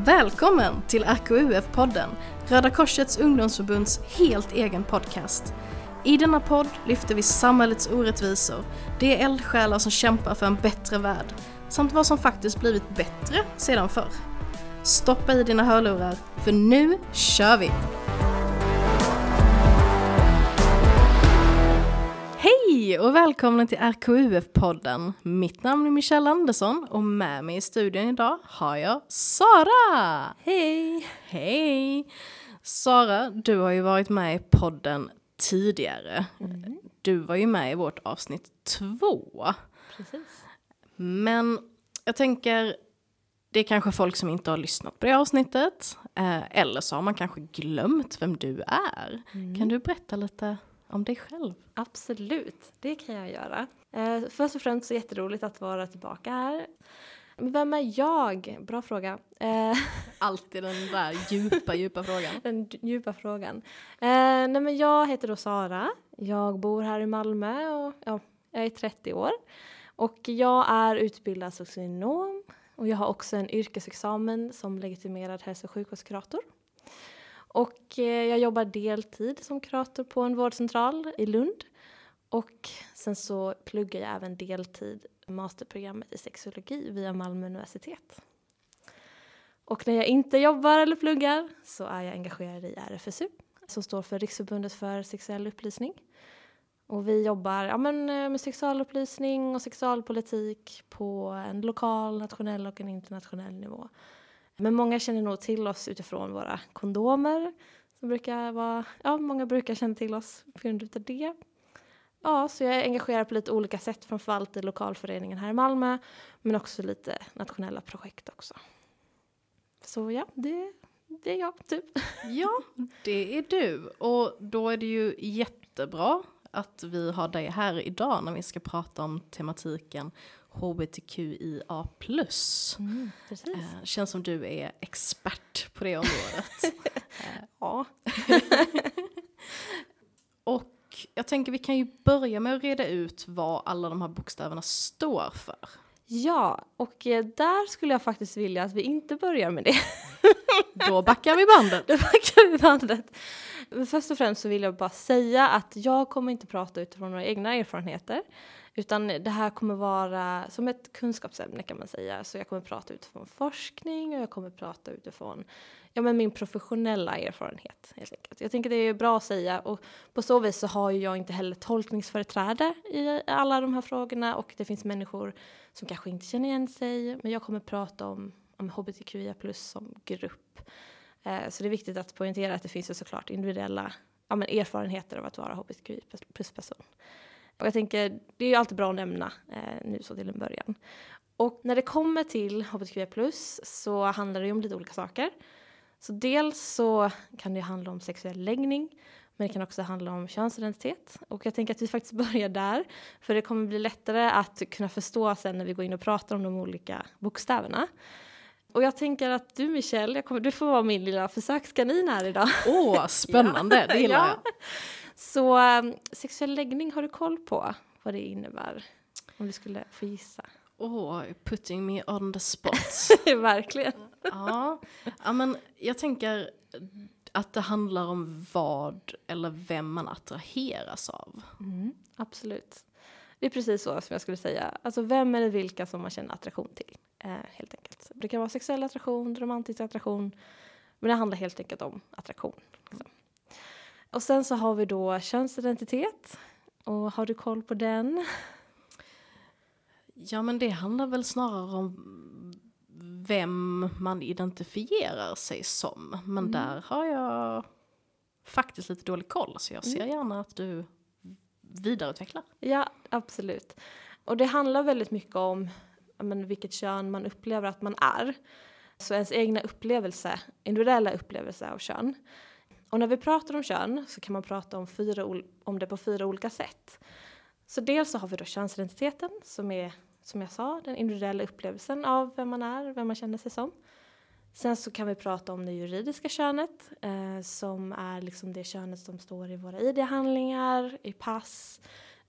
Välkommen till RKUF-podden, Röda Korsets ungdomsförbunds helt egen podcast. I denna podd lyfter vi samhällets orättvisor, de eldsjälar som kämpar för en bättre värld, samt vad som faktiskt blivit bättre sedan förr. Stoppa i dina hörlurar, för nu kör vi! Hej och välkomna till RKUF-podden. Mitt namn är Michelle Andersson och med mig i studion idag har jag Sara. Hej! Hej! Sara, du har ju varit med i podden tidigare. Du var ju med i vårt avsnitt 2. Precis. Men jag tänker, det är kanske folk som inte har lyssnat på det avsnittet. Eller så har man kanske glömt vem du är. Kan du berätta lite om dig själv? Absolut, det kan jag göra. Först och främst så jätteroligt att vara tillbaka här. Vem är jag? Bra fråga. Alltid den där djupa frågan. Den djupa frågan. Nej, men jag heter då Sara. Jag bor här i Malmö och jag är 30 år. Och jag är utbildad socionom. Och jag har också en yrkesexamen som legitimerad hälso- och sjukvårdskurator. Och jag jobbar deltid som kurator på en vårdcentral i Lund. Och sen så pluggar jag även deltid masterprogrammet i sexologi via Malmö universitet. Och när jag inte jobbar eller pluggar så är jag engagerad i RFSU, som står för Riksförbundet för sexuell upplysning. Och vi jobbar med sexualupplysning och sexualpolitik på en lokal, nationell och en internationell nivå. Men många känner nog till oss utifrån våra kondomer. Som brukar vara, många brukar känna till oss på grund av det. Ja, så jag är engagerad på lite olika sätt, framförallt i lokalföreningen här i Malmö. Men också lite nationella projekt också. Så ja, det är jag typ. Ja, det är du. Och då är det ju jättebra att vi har dig här idag när vi ska prata om tematiken HBTQIA+. Precis. Känns som du är expert på det området. Ja. Och jag tänker vi kan ju börja med att reda ut vad alla de här bokstäverna står för. Ja, och där skulle jag faktiskt vilja att vi inte börjar med det. Då backar vi bandet. Men först och främst så vill jag bara säga att jag kommer inte prata utifrån några egna erfarenheter. Utan det här kommer vara som ett kunskapsämne kan man säga. Så jag kommer prata utifrån forskning och jag kommer prata utifrån min professionella erfarenhet helt enkelt. Jag tänker det är bra att säga, och på så vis så har jag inte heller tolkningsföreträde i alla de här frågorna. Och det finns människor som kanske inte känner igen sig, men jag kommer prata om HBTQIA+ som grupp. Så det är viktigt att poängtera att det finns ju såklart individuella erfarenheter av att vara HBTQI+-person. Och jag tänker, det är ju alltid bra att nämna nu så till en början. Och när det kommer till HBTQI+, så handlar det ju om lite olika saker. Så dels så kan det handla om sexuell läggning, men det kan också handla om könsidentitet. Och jag tänker att vi faktiskt börjar där, för det kommer bli lättare att kunna förstå sen när vi går in och pratar om de olika bokstäverna. Och jag tänker att du, Michelle, du får vara min lilla försökskanin här idag. Spännande, det gillar jag. Så sexuell läggning, har du koll på vad det innebär? Om du skulle få gissa. Putting me on the spot. Verkligen. Ja, men jag tänker att det handlar om vad eller vem man attraheras av. Absolut. Det är precis så som jag skulle säga. Alltså vem eller vilka som man känner attraktion till. Helt enkelt. Det kan vara sexuell attraktion, romantisk attraktion. Men det handlar helt enkelt om attraktion. Liksom. Och sen så har vi då könsidentitet. Och har du koll på den? Ja, men det handlar väl snarare om vem man identifierar sig som. Men där har jag faktiskt lite dålig koll. Så jag ser gärna att du vidareutvecklar. Ja, absolut. Och det handlar väldigt mycket om vilket kön man upplever att man är. Så ens egna individuella upplevelse av kön. Och när vi pratar om kön så kan man prata om det på 4 olika sätt. Så dels så har vi då könsidentiteten som är, som jag sa, den individuella upplevelsen av vem man är, vem man känner sig som. Sen så kan vi prata om det juridiska könet som är liksom det könet som står i våra ID-handlingar, i pass,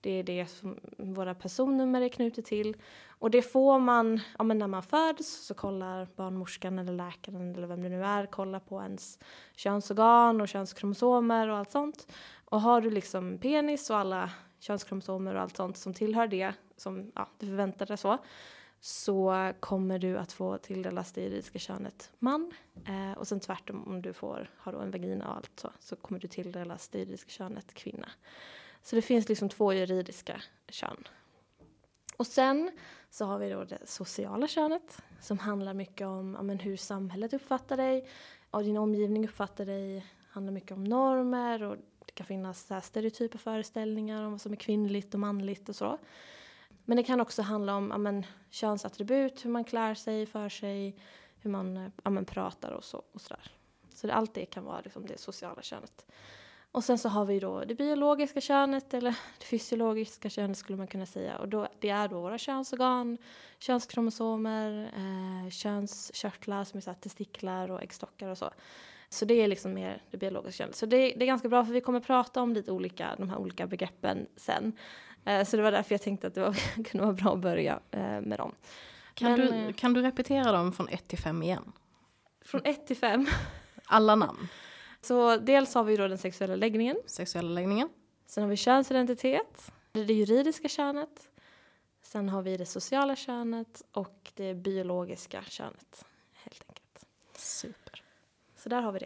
Det är det som våra personnummer är knutet till. Och det får man, men när man föds så kollar barnmorskan eller läkaren eller vem det nu är, kollar på ens könsorgan och könskromosomer och allt sånt. Och har du liksom penis och alla könskromosomer och allt sånt som tillhör det, som du förväntar dig så kommer du att få tilldelas det juridiska könet man. Och sen tvärtom, om du har då en vagina och allt så kommer du tilldelas det juridiska könet kvinna. Så det finns liksom 2 juridiska kön. Och sen så har vi då det sociala könet som handlar mycket om hur samhället uppfattar dig och din omgivning uppfattar dig. Handlar mycket om normer och det kan finnas så här stereotypa föreställningar om vad som är kvinnligt och manligt och så. Men det kan också handla om könsattribut, hur man klär sig, för sig, hur man pratar och sådär. Så allt det kan vara liksom det sociala könet. Och sen så har vi då det biologiska könet eller det fysiologiska könet skulle man kunna säga. Och det är då våra könsorgan, könskromosomer, könskörtlar som är så här testiklar och äggstockar och så. Så det är liksom mer det biologiska könet. Så det är ganska bra för vi kommer prata om de här olika begreppen sen. Så det var därför jag tänkte att det kunde vara bra att börja med dem. Kan du repetera dem från 1 till 5 igen? Från 1 till 5? Alla namn. Så dels har vi då den sexuella läggningen. Sen har vi könsidentitet. Det juridiska könet. Sen har vi det sociala könet och det biologiska könet. Helt enkelt. Super. Så där har vi det.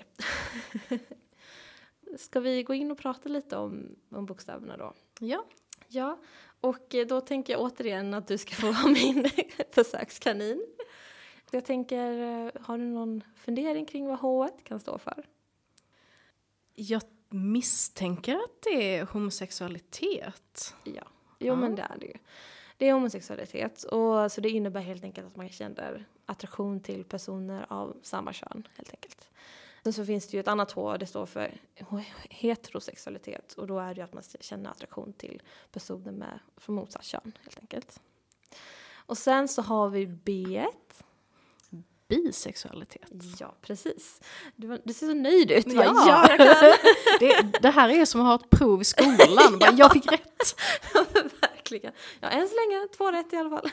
Ska vi gå in och prata lite om bokstäverna då? Ja, och då tänker jag återigen att du ska få vara min försökskanin. Jag tänker, har du någon fundering kring vad H1 kan stå för? Jag misstänker att det är homosexualitet. Ja, men det är det ju. Det är homosexualitet och så det innebär helt enkelt att man känner attraktion till personer av samma kön helt enkelt. Sen så finns det ju ett annat H, det står för heterosexualitet och då är det ju att man känner attraktion till personer från motsatt kön helt enkelt. Och sen så har vi B1. Bisexualitet. Ja, precis. Du ser så nöjd ut. Ja, jag kan. Det här är som att ha ett prov i skolan. Jag fick rätt. Verkligen. Ja, än så länge 2 rätt i alla fall.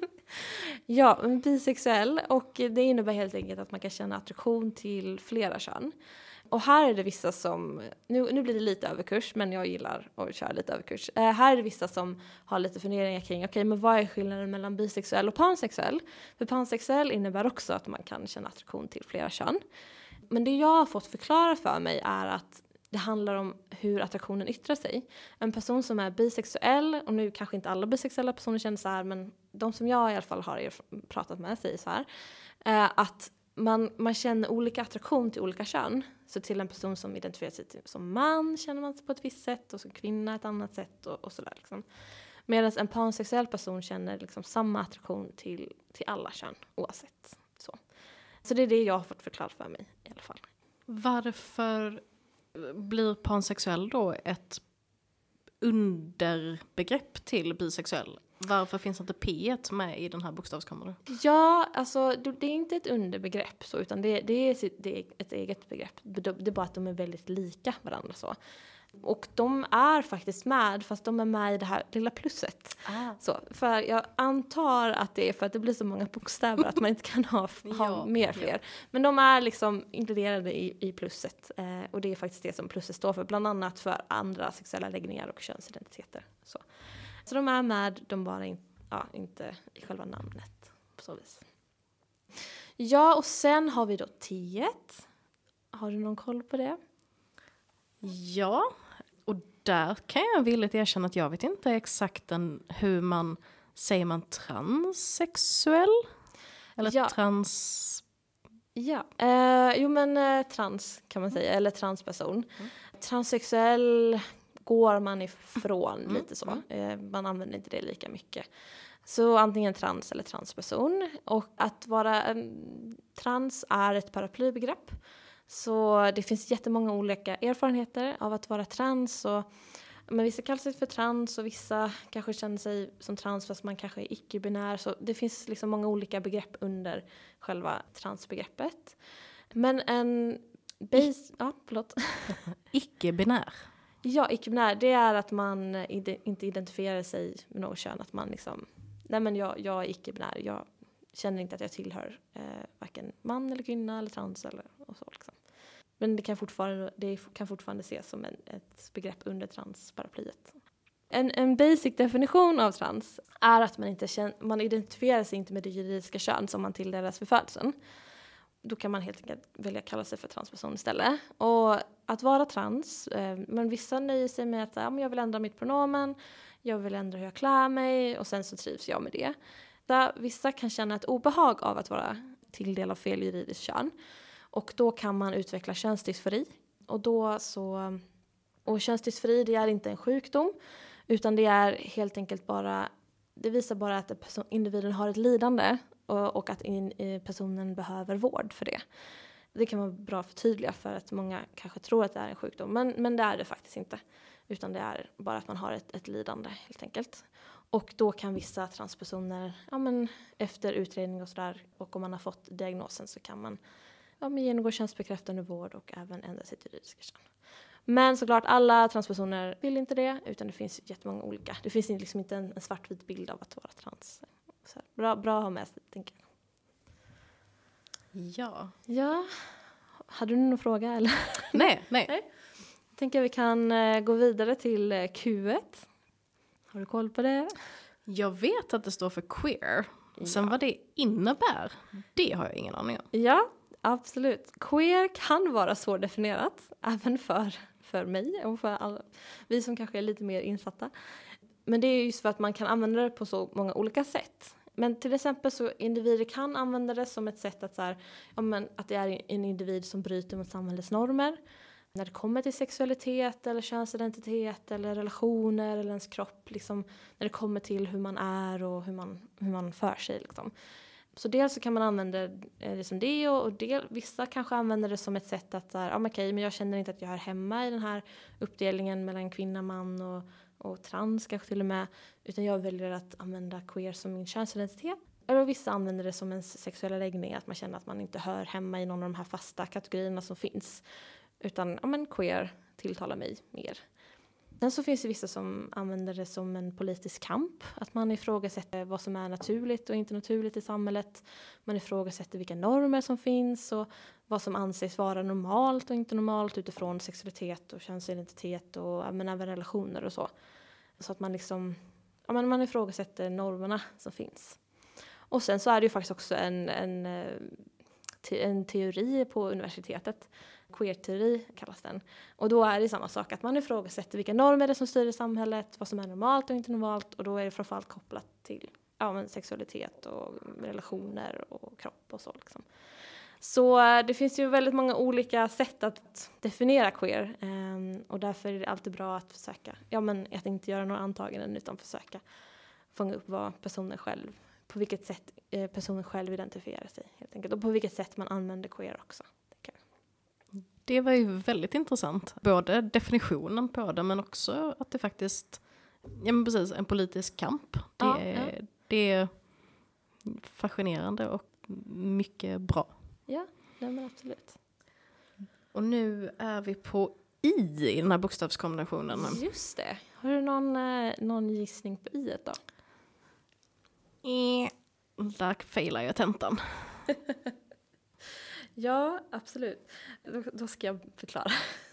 Ja, bisexuell och det innebär helt enkelt att man kan känna attraktion till flera kön. Och här är det vissa som, nu blir det lite överkurs men jag gillar att köra lite överkurs. Här är det vissa som har lite funderingar kring, okej, men vad är skillnaden mellan bisexuell och pansexuell? För pansexuell innebär också att man kan känna attraktion till flera kön. Men det jag har fått förklara för mig är att det handlar om hur attraktionen yttrar sig. En person som är bisexuell, och nu kanske inte alla bisexuella personer känner så här, men de som jag i alla fall har pratat med säger så här, att man känner olika attraktion till olika kön. Så till en person som identifierar sig som man känner man sig på ett visst sätt och som kvinna ett annat sätt och sådär liksom. Medan en pansexuell person känner liksom samma attraktion till alla kön oavsett. Så det är det jag har fått förklarat för mig i alla fall. Varför blir pansexuell då ett underbegrepp till bisexuell? Varför finns inte P1 med i den här bokstavskombon? Ja, alltså det är inte ett underbegrepp så, utan det är ett eget begrepp. Det är bara att de är väldigt lika varandra så. Och de är faktiskt med, fast de är med i det här lilla plusset. Så, för jag antar att det är för att det blir så många bokstäver att man inte kan ha fler. Ja. Men de är liksom inkluderade i plusset. Och det är faktiskt det som plusset står för. Bland annat för andra sexuella läggningar och könsidentiteter. Så de är med, de bara inte i själva namnet på så vis. Ja, och sen har vi då T1. Har du någon koll på det? Ja, och där kan jag villigt erkänna att jag vet inte exakt hur man säger man transsexuell? Eller trans... Ja, trans kan man säga, eller transperson. Transsexuell går man ifrån lite så. Man använder inte det lika mycket. Så antingen trans eller transperson. Och att vara trans är ett paraplybegrepp. Så det finns jättemånga olika erfarenheter av att vara trans. Men vissa kallar sig för trans och vissa kanske känner sig som trans fast man kanske är icke-binär. Så det finns liksom många olika begrepp under själva transbegreppet. Men en... Icke-binär? Ja, icke-binär, det är att man inte identifierar sig med något kön. Att man liksom, nej men jag är icke-binär. Jag känner inte att jag tillhör varken man eller kvinna eller trans eller och så liksom. Men det kan fortfarande ses som ett begrepp under transparaplyet. En basic definition av trans är att man identifierar sig inte med det juridiska kön som man tilldelas vid födseln. Då kan man helt enkelt välja att kalla sig för transperson istället. Och att vara trans, men vissa nöjer sig med att jag vill ändra mitt pronomen, jag vill ändra hur jag klär mig och sen så trivs jag med det. Där vissa kan känna ett obehag av att vara tilldelad av fel juridiskt kön. Och då kan man utveckla könsdysfori. Och könsdysfori, det är inte en sjukdom, utan det är helt enkelt det visar bara att individen har ett lidande och att personen behöver vård för det. Det kan vara bra att förtydliga för att många kanske tror att det är en sjukdom, men det är det faktiskt inte. Utan det är bara att man har ett lidande helt enkelt. Och då kan vissa transpersoner, efter utredning och sådär, och om man har fått diagnosen så kan man genomgå könsbekräftande vård och även ändra sitt juridiska kön. Men såklart, alla transpersoner vill inte det, utan det finns jättemånga olika. Det finns liksom inte en svartvit bild av att vara trans. Så bra att ha med sig, tänker jag. Ja. Hade du någon fråga eller? Nej. Jag tänker att vi kan gå vidare till Q1. Har du koll på det? Jag vet att det står för queer. Sen vad det innebär, det har jag ingen aning om. Ja, absolut. Queer kan vara svårdefinierat, även för mig och för alla, vi som kanske är lite mer insatta. Men det är just för att man kan använda det på så många olika sätt. Men till exempel så individer kan använda det som ett sätt att, att det är en individ som bryter mot samhällets normer. När det kommer till sexualitet eller könsidentitet eller relationer eller ens kropp. Liksom, när det kommer till hur man är och hur man för sig. Liksom. Så dels så kan man använda det som det och vissa kanske använder det som ett sätt att men jag känner inte att jag hör hemma i den här uppdelningen mellan kvinna, man och trans kanske till och med. Utan jag väljer att använda queer som min könsidentitet. Eller vissa använder det som en sexuella läggning, att man känner att man inte hör hemma i någon av de här fasta kategorierna som finns. Utan queer tilltalar mig mer. Sen så finns det vissa som använder det som en politisk kamp. Att man ifrågasätter vad som är naturligt och inte naturligt i samhället. Man ifrågasätter vilka normer som finns och vad som anses vara normalt och inte normalt utifrån sexualitet och könsidentitet och även relationer och så. Så att man man ifrågasätter normerna som finns. Och sen så är det ju faktiskt också en teori på universitetet. Queer-teori kallas den. Och då är det samma sak, att man ifrågasätter vilka normer det som styr i samhället, vad som är normalt och inte normalt. Och då är det framförallt kopplat till sexualitet och relationer och kropp och så liksom. Så det finns ju väldigt många olika sätt att definiera queer. Och därför är det alltid bra att försöka, att inte göra några antaganden utan försöka fånga upp vad personen själv, på vilket sätt personen själv identifierar sig helt enkelt. Och på vilket sätt man använder queer också. Det var ju väldigt intressant. Både definitionen på det men också att det faktiskt precis en politisk kamp. Det är fascinerande och mycket bra. Ja, men absolut. Och nu är vi på i den här bokstavskombinationen. Just det. Har du någon gissning på i då? Där failar jag tentan. Ja, absolut. Då ska jag förklara.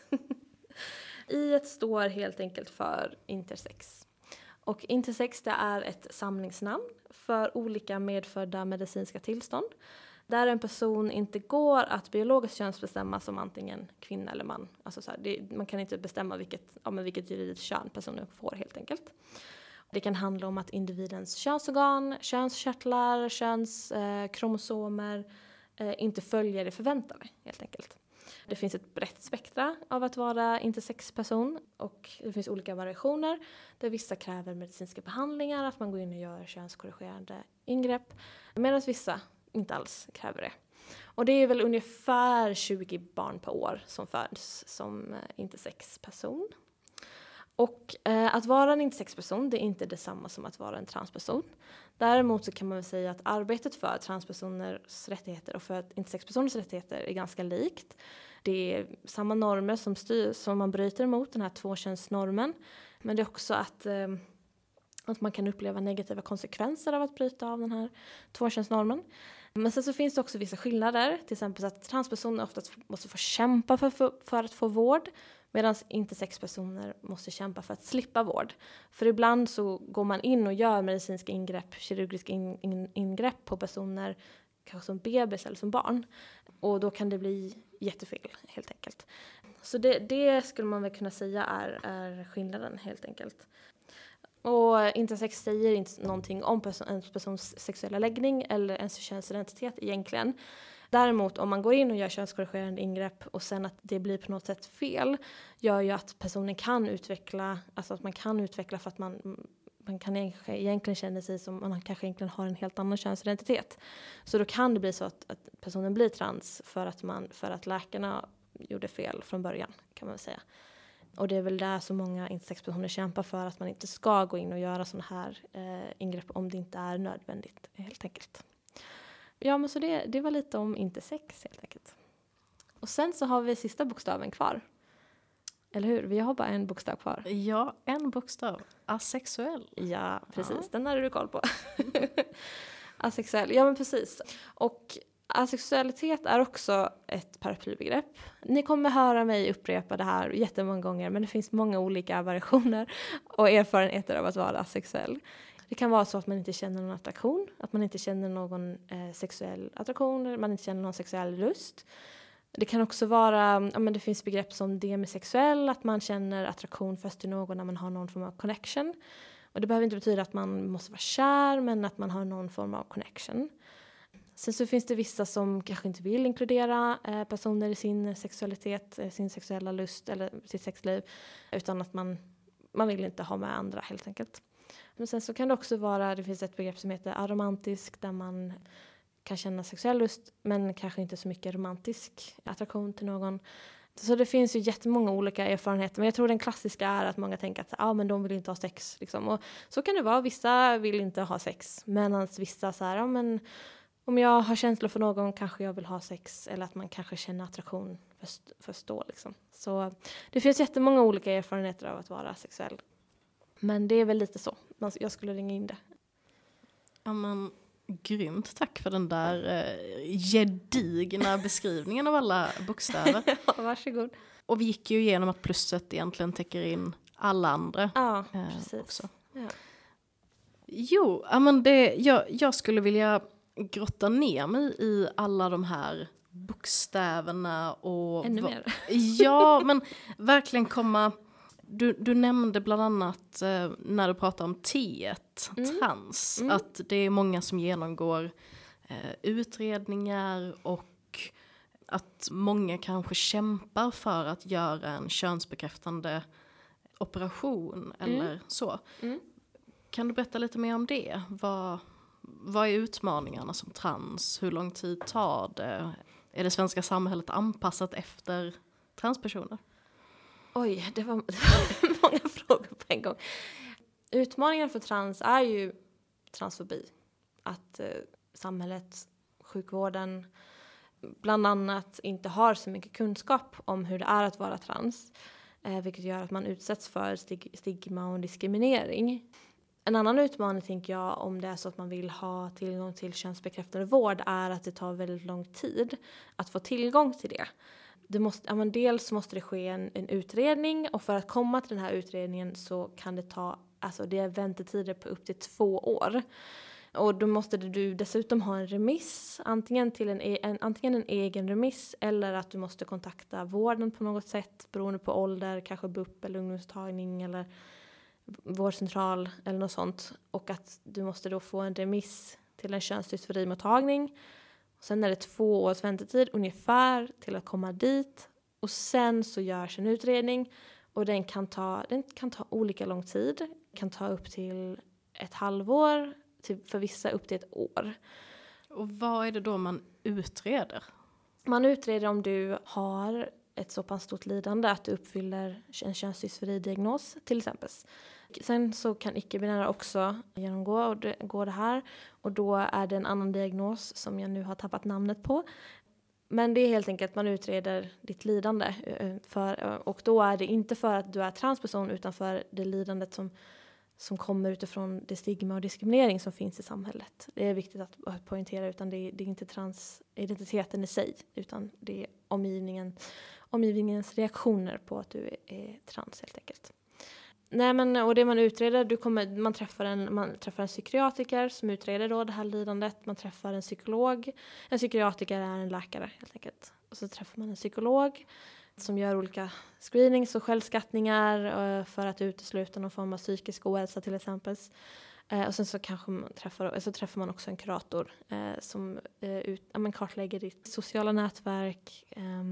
I står helt enkelt för intersex. Och intersex, det är ett samlingsnamn för olika medfödda medicinska tillstånd. Där en person inte går att biologiskt könsbestämma som antingen kvinna eller man. Alltså man kan inte bestämma vilket juridiskt kön personen får helt enkelt. Det kan handla om att individens könsorgan, könskörtlar, könskromosomer inte följer det förväntade helt enkelt. Det finns ett brett spektra av att vara intersexperson och det finns olika variationer där vissa kräver medicinska behandlingar, att man går in och gör könskorrigerande ingrepp, medan vissa inte alls kräver det. Och det är väl ungefär 20 barn per år som föds som intersexperson. Och att vara en intersexperson, det är inte detsamma som att vara en transperson. Däremot så kan man väl säga att arbetet för transpersoners rättigheter och för intersexpersoners rättigheter är ganska likt. Det är samma normer som man bryter emot, den här tvåkönsnormen. Men det är också att man kan uppleva negativa konsekvenser av att bryta av den här tvåkönsnormen. Men sen så finns det också vissa skillnader. Till exempel att transpersoner ofta måste få kämpa för att få vård. Medan intersexpersoner måste kämpa för att slippa vård. För ibland så går man in och gör medicinska ingrepp, kirurgiska ingrepp på personer kanske som bebis eller som barn. Och då kan det bli jättefel helt enkelt. Så det skulle man väl kunna säga är skillnaden helt enkelt. Och intersex säger inte någonting om en persons sexuella läggning eller ens könsidentitet egentligen. Däremot om man går in och gör könskorrigerande ingrepp och sen att det blir på något sätt fel gör ju att personen kan utveckla, alltså att man kan utveckla för att man kan egentligen känna sig som man kanske egentligen har en helt annan könsidentitet. Så då kan det bli så att personen blir trans för att läkarna gjorde fel från början kan man väl säga. Och det är väl där så många intersexpersoner kämpar för att man inte ska gå in och göra sådana här ingrepp om det inte är nödvändigt helt enkelt. Ja, men så det var lite om intersex helt enkelt. Och sen så har vi sista bokstaven kvar. Eller hur? Vi har bara en bokstav kvar. Ja, en bokstav. Asexuell. Ja, precis. Ja. Den har du koll på. Asexuell, ja men precis. Och asexualitet är också ett paraplybegrepp. Ni kommer höra mig upprepa det här jättemånga gånger, men det finns många olika variationer och erfarenheter av att vara asexuell. Det kan vara så att man inte känner någon attraktion, att man inte känner någon sexuell attraktion, eller man inte känner någon sexuell lust. Det kan också vara, det finns begrepp som demisexuell, att man känner attraktion först till någon när man har någon form av connection. Och det behöver inte betyda att man måste vara kär, men att man har någon form av connection. Sen så finns det vissa som kanske inte vill inkludera personer i sin sexualitet, sin sexuella lust eller sitt sexliv, utan att man vill inte ha med andra helt enkelt. Men sen så kan det också vara, det finns ett begrepp som heter aromantisk, där man kan känna sexuell lust men kanske inte så mycket romantisk attraktion till någon. Så det finns ju jättemånga olika erfarenheter, men jag tror den klassiska är att många tänker att men de vill inte ha sex. Liksom. Och så kan det vara, vissa vill inte ha sex, medan vissa så här, men om jag har känslor för någon kanske jag vill ha sex, eller att man kanske känner attraktion först då. Liksom. Så det finns jättemånga olika erfarenheter av att vara sexuell. Men det är väl lite så. Jag skulle ringa in det. Ja, men grymt. Tack för den där gedigna beskrivningen av alla bokstäver. Ja, varsågod. Och vi gick ju igenom att plusset egentligen täcker in alla andra. Ja, precis. Också. Ja. Jo, men jag skulle vilja grotta ner mig i alla de här bokstäverna. Och ännu mer. Ja, men verkligen komma... Du nämnde bland annat när du pratade om T1, trans, att det är många som genomgår utredningar och att många kanske kämpar för att göra en könsbekräftande operation eller så. Kan du berätta lite mer om det? Vad är utmaningarna som trans? Hur lång tid tar det? Är det svenska samhället anpassat efter transpersoner? Oj, det var många frågor på en gång. Utmaningen för trans är ju transfobi. Att samhället, sjukvården bland annat inte har så mycket kunskap om hur det är att vara trans. Vilket gör att man utsätts för stigma och diskriminering. En annan utmaning tänker jag, om det är så att man vill ha tillgång till könsbekräftande vård, är att det tar väldigt lång tid att få tillgång till det. Dels måste det ske en utredning, och för att komma till den här utredningen så kan det ta, det är väntetider på upp till 2 år. Och då måste du dessutom ha en remiss, antingen en egen remiss, eller att du måste kontakta vården på något sätt beroende på ålder, kanske BUP eller ungdomstagning eller vårdcentral eller något sånt. Och att du måste då få en remiss till en könsdysforimottagning. Sen är det 2 års väntetid ungefär till att komma dit. Och sen så görs en utredning. Och den kan ta olika lång tid. Det kan ta upp till 1 halvår. För vissa upp till 1 år. Och vad är det då man utreder? Man utreder om du har ett så pass stort lidande att du uppfyller en könsdysfori-diagnos till exempel. Sen så kan icke-binära också gå det här, och då är det en annan diagnos som jag nu har tappat namnet på. Men det är helt enkelt att man utreder ditt lidande, och då är det inte för att du är transperson utan för det lidandet som kommer utifrån det stigma och diskriminering som finns i samhället. Det är viktigt att poängtera, utan det är inte transidentiteten i sig, utan det är omgivningens reaktioner på att du är trans helt enkelt. Nej, men och det man utreder, man träffar en psykiatriker som utreder då det här lidandet, man träffar en psykolog. En psykiatriker är en läkare helt enkelt. Och så träffar man en psykolog som gör olika screenings och självskattningar för att utesluta någon form av psykisk ohälsa till exempel. Och sen så träffar man också en kurator som kartlägger ditt sociala nätverk,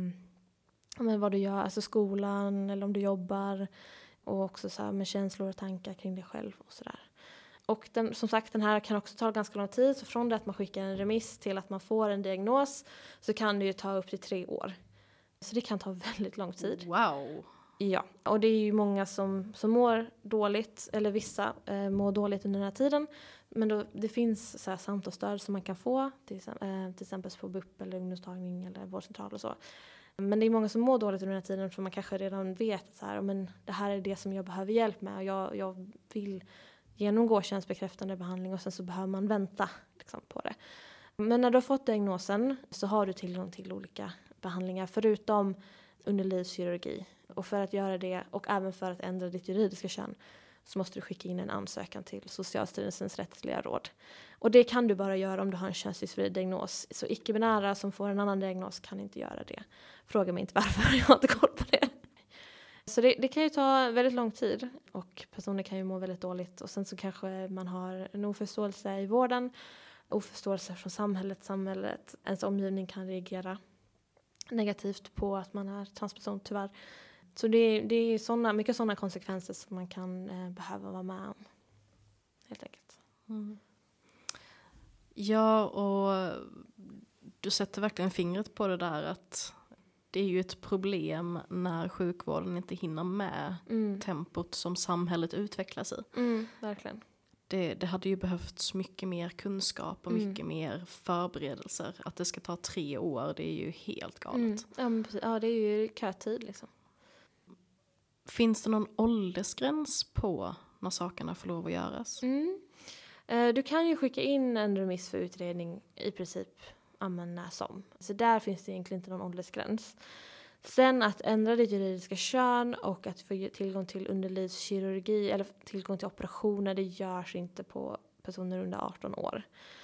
vad du gör, alltså skolan eller om du jobbar, och också så här med känslor och tankar kring dig själv och sådär. Och som sagt, den här kan också ta ganska lång tid, så från det att man skickar en remiss till att man får en diagnos så kan det ju ta upp till 3 år. Så det kan ta väldigt lång tid. Wow! Ja, och det är ju många som mår dåligt, eller vissa mår dåligt under den här tiden. Men det finns så här samtalsstöd som man kan få, till exempel på BUP eller ungdomstagning eller vårdcentral och så. Men det är många som mår dåligt under den här tiden, för man kanske redan vet så här, men det här är det som jag behöver hjälp med, och jag vill genomgå könsbekräftande behandling, och sen så behöver man vänta liksom, på det. Men när du har fått diagnosen så har du tillgång till olika behandlingar förutom underlivskirurgi. Och för att göra det, och även för att ändra ditt juridiska kön, så måste du skicka in en ansökan till Socialstyrelsens rättsliga råd. Och det kan du bara göra om du har en könsdysfori-diagnos. Så icke-binära som får en annan diagnos kan inte göra det. Fråga mig inte varför, jag har inte koll på det. Så det kan ju ta väldigt lång tid, och personer kan ju må väldigt dåligt. Och sen så kanske man har en oförståelse i vården, oförståelse från samhället. Ens omgivning kan reagera negativt på att man är transperson, tyvärr. Så det är mycket sådana konsekvenser som man kan behöva vara med om, helt enkelt. Mm. Ja, och du sätter verkligen fingret på det där att det är ju ett problem när sjukvården inte hinner med tempot som samhället utvecklas i. Verkligen. Det hade ju behövts mycket mer kunskap och mycket mer förberedelser. Att det ska ta 3 år, det är ju helt galet. Ja, det är ju kötid liksom. Finns det någon åldersgräns på när sakerna får lov att göras? Du kan ju skicka in en remiss för utredning i princip när som. Så där finns det egentligen inte någon åldersgräns. Sen att ändra ditt juridiska kön och att få tillgång till underlivskirurgi eller tillgång till operationer, det görs inte på personer under 18 år.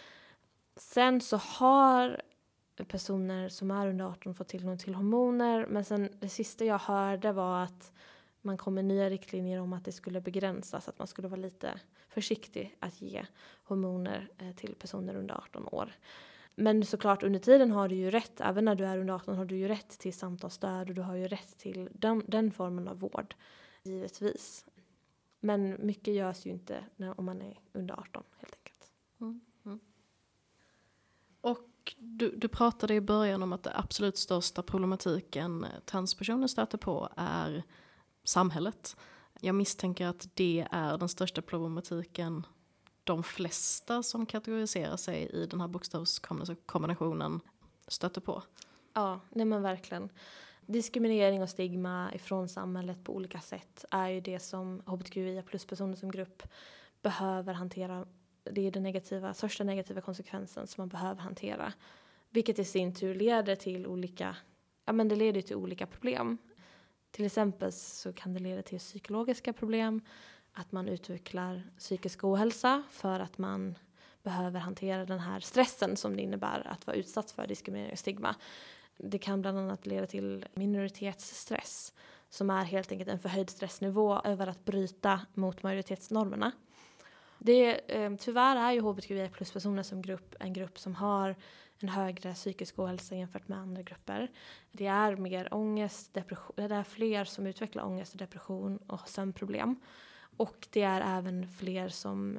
Sen så har personer som är under 18 fått tillgång till hormoner, men sen det sista jag hörde var att man kom med nya riktlinjer om att det skulle begränsas, att man skulle vara lite försiktig att ge hormoner till personer under 18 år. Men såklart under tiden har du ju rätt, även när du är under 18 har du ju rätt till samtalsstöd, och du har ju rätt till den formen av vård, givetvis. Men mycket görs ju inte om man är under 18, helt enkelt. Och du pratade i början om att det absolut största problematiken transpersoner stöter på är samhället. Jag misstänker att det är den största problematiken de flesta som kategoriserar sig i den här bokstavskombinationen stöter på. Ja, nej men verkligen. Diskriminering och stigma ifrån samhället på olika sätt är ju det som hbtqia+-personer som grupp behöver hantera. Det är den största negativa konsekvensen som man behöver hantera. Vilket i sin tur leder till olika problem. Till exempel så kan det leda till psykologiska problem, att man utvecklar psykisk ohälsa för att man behöver hantera den här stressen som det innebär att vara utsatt för diskriminering och stigma. Det kan bland annat leda till minoritetsstress, som är helt enkelt en förhöjd stressnivå över att bryta mot majoritetsnormerna. Tyvärr är ju hbtqia+-personer som grupp en grupp som har en högre psykisk ohälsa jämfört med andra grupper. Det är mer ångest, depression, det är fler som utvecklar ångest och depression och sömnproblem. Och det är även fler som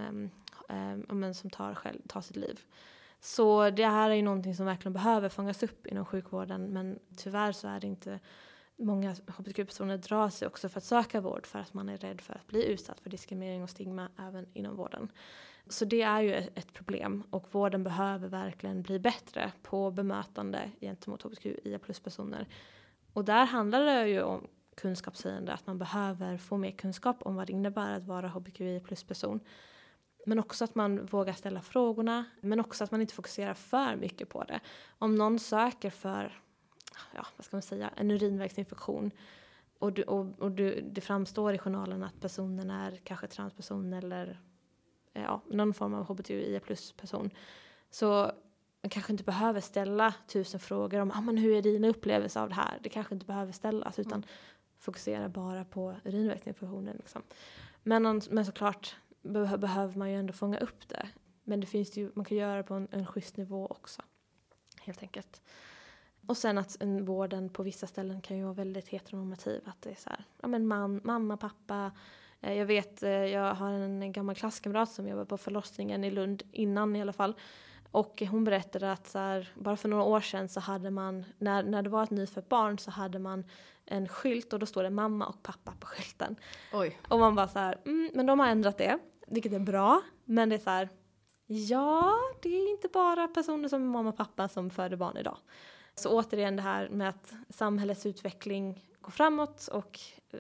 tar sitt liv. Så det här är ju någonting som verkligen behöver fångas upp inom sjukvården, men tyvärr så är det inte många hbtq-personer drar sig också för att söka vård för att man är rädd för att bli utsatt för diskriminering och stigma även inom vården. Så det är ju ett problem, och vården behöver verkligen bli bättre på bemötande gentemot hbtqia+-personer. Och där handlar det ju om kunskapshöjande, att man behöver få mer kunskap om vad det innebär att vara hbtqia+-person. Men också att man vågar ställa frågorna, men också att man inte fokuserar för mycket på det. Om någon söker för, vad ska man säga, en urinvägsinfektion och det framstår i journalen att personen är kanske transperson eller någon form av hbtqia+-person, så man kanske inte behöver ställa 1000 frågor om men hur är dina upplevelser av det här. Det kanske inte behöver ställas, utan fokusera bara på urinvägsinfektionen. Liksom. Men såklart behöver man ju ändå fånga upp det. Men det finns ju, man kan göra det på en schysst nivå också. Helt enkelt. Och sen att vården på vissa ställen kan ju vara väldigt heteronormativ. Att det är så här, mamma, pappa. Jag vet, jag har en gammal klasskamrat som jobbar på förlossningen i Lund innan i alla fall. Och hon berättade att så här, bara för några år sedan så hade man, när det var ett nyfött barn så hade man en skylt och då står det mamma och pappa på skylten. Oj. Och man bara så här, men de har ändrat det, vilket är bra. Men det är så här, det är inte bara personer som mamma och pappa som föder barn idag. Så återigen det här med att samhällets utveckling går framåt och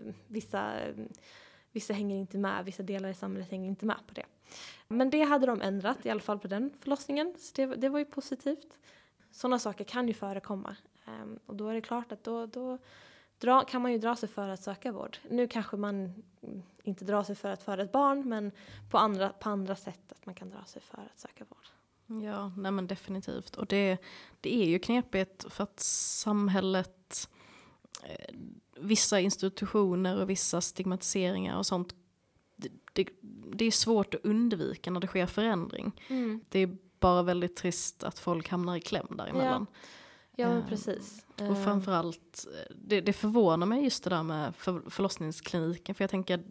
vissa hänger inte med, vissa delar i samhället hänger inte med på det. Men det hade de ändrat, i alla fall på den förlossningen. Så det var ju positivt. Sådana saker kan ju förekomma. Och då är det klart att då kan man ju dra sig för att söka vård. Nu kanske man inte drar sig för att föda ett barn, men på andra sätt att man kan dra sig för att söka vård. Ja, nej men definitivt. Och det är ju knepigt för att samhället, vissa institutioner och vissa stigmatiseringar och sånt, det är svårt att undvika när det sker förändring. Det är bara väldigt trist att folk hamnar i kläm däremellan. Ja, men precis. Och framförallt, det förvånar mig just det där med förlossningskliniken. För jag tänker,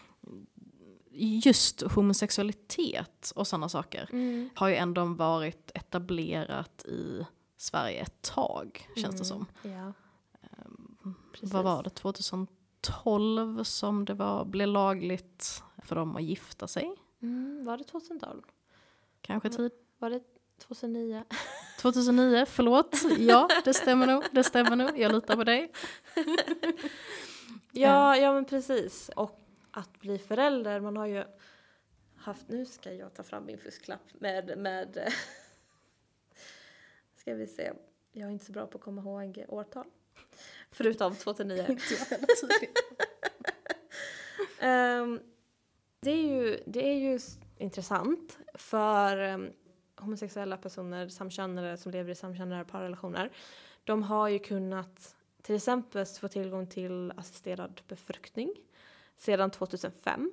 just homosexualitet och sådana saker har ju ändå varit etablerat i Sverige ett tag, känns det som. Ja. Vad var det, 2012 som det blev lagligt för dem att gifta sig? Var det 2012? Kanske tid. Var det 2009? 2009, förlåt. Ja, det stämmer nog. Jag litar på dig. Ja, men precis. Och att bli förälder, man har ju haft, nu ska jag ta fram min fusklapp med ska vi se, jag är inte så bra på att komma ihåg årtal. Förutom 2009. Det är ju intressant för homosexuella personer, samkönare som lever i samkönade parrelationer. De har ju kunnat till exempel få tillgång till assisterad befruktning sedan 2005.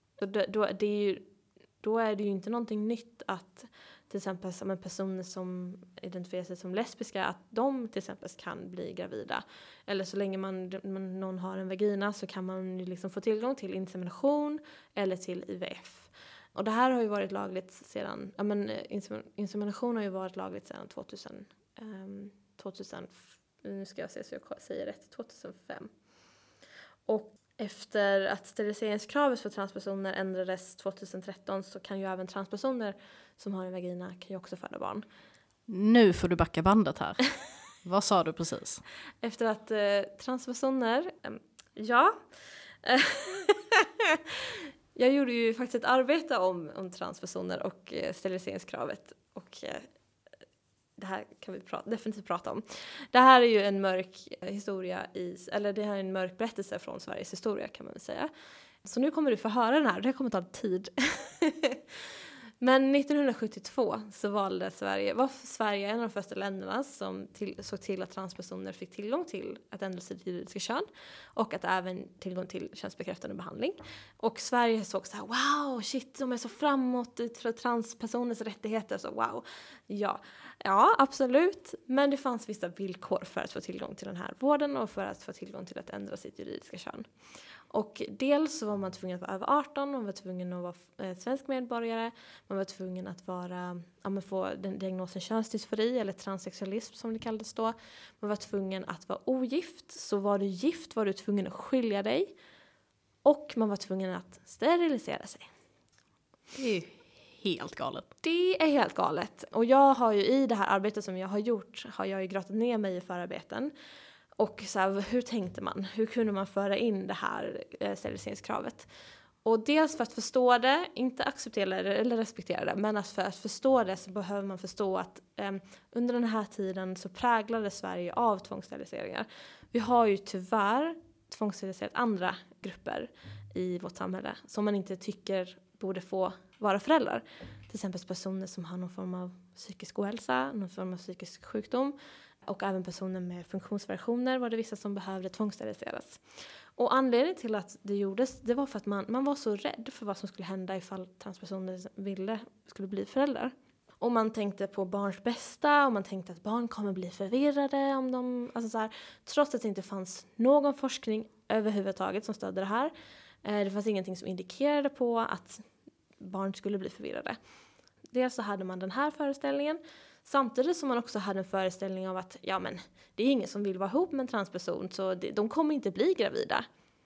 Då är det ju inte någonting nytt att till exempel som personer som identifierar sig som lesbiska, att de till exempel kan bli gravida. Eller så länge någon har en vagina så kan man ju liksom få tillgång till insemination eller till IVF. Och det här har ju varit lagligt sedan, insemination har ju varit lagligt sedan 2000, nu ska jag se så jag säger rätt, 2005. Och efter att steriliseringskravet för transpersoner ändrades 2013 så kan ju även transpersoner som har en vagina kan ju också föda barn. Nu får du backa bandet här. Vad sa du precis? Efter att transpersoner, jag gjorde ju faktiskt ett arbete om transpersoner och steriliseringskravet och det här kan vi definitivt prata om. Det här är ju en mörk historia det här är en mörk berättelse från Sveriges historia kan man väl säga. Så nu kommer du få höra den här, det kommer ta tid. Men 1972 så var Sverige en av de första länderna som såg till att transpersoner fick tillgång till att ändra sitt juridiska kön och att även tillgång till könsbekräftande behandling. Och Sverige såg så här, wow, shit, de är så framåt för transpersoners rättigheter, så wow. Ja, absolut. Men det fanns vissa villkor för att få tillgång till den här vården och för att få tillgång till att ändra sitt juridiska kön. Och dels så var man tvungen att vara över 18, man var tvungen att vara svensk medborgare, man var tvungen att vara, få den diagnosen könsdysfori eller transsexualism som det kallades då. Man var tvungen att vara ogift, så var du gift var du tvungen att skilja dig. Och man var tvungen att sterilisera sig. Det är ju helt galet. Det är helt galet. Och jag har ju i det här arbetet som jag har gjort, har jag ju grottat ner mig i förarbeten. Och så här, hur tänkte man? Hur kunde man föra in det här steriliseringskravet? Och dels för att förstå det, inte acceptera det eller respektera det, men för att förstå det så behöver man förstå att under den här tiden så präglades Sverige av tvångssteriliseringar. Vi har ju tyvärr tvångssteriliserat andra grupper i vårt samhälle som man inte tycker borde få vara föräldrar. Till exempel personer som har någon form av psykisk ohälsa, någon form av psykisk sjukdom. Och även personer med funktionsvariationer var det vissa som behövde tvångssteriliseras. Och anledningen till att det gjordes, det var för att man var så rädd för vad som skulle hända ifall transpersoner skulle bli föräldrar. Och man tänkte på barns bästa och man tänkte att barn kommer bli förvirrade om de... Alltså så här, trots att det inte fanns någon forskning överhuvudtaget som stödde det här. Det fanns ingenting som indikerade på att barn skulle bli förvirrade. Dels så hade man den här föreställningen. Samtidigt som man också hade en föreställning av att det är ingen som vill vara ihop med en transperson så de kommer inte bli gravida.